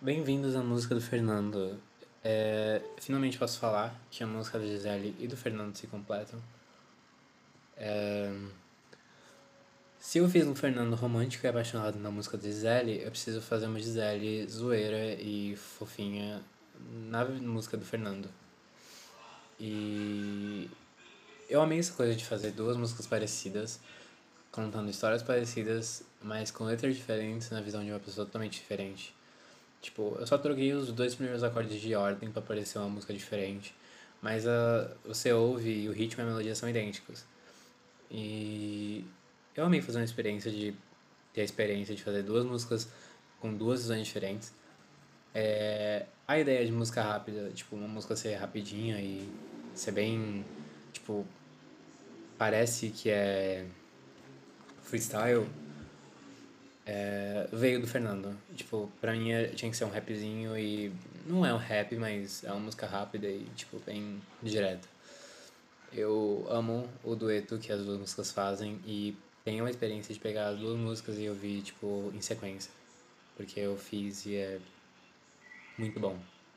Bem-vindos à música do Fernando. Finalmente posso falar que a música da Gisele e do Fernando se completam. Se eu fiz um Fernando romântico e apaixonado na música da Gisele, eu preciso fazer uma Gisele zoeira e fofinha na música do Fernando. E eu amei essa coisa de fazer duas músicas parecidas, contando histórias parecidas, mas com letras diferentes na visão de uma pessoa totalmente diferente. Tipo, eu só troquei os dois primeiros acordes de ordem pra parecer uma música diferente. Mas você ouve e o ritmo e a melodia são idênticos. E eu amei fazer uma experiência de ter a experiência de fazer duas músicas com duas visões diferentes. A ideia de música rápida, tipo, uma música ser rapidinha e ser bem, tipo, parece que é freestyle, veio do Fernando. Tipo, pra mim tinha que ser um rapzinho e não é um rap, mas é uma música rápida e, tipo, bem direta. Eu amo o dueto que as duas músicas fazem e tenho a experiência de pegar as duas músicas e ouvir, tipo, em sequência. Porque eu fiz e é muito bom.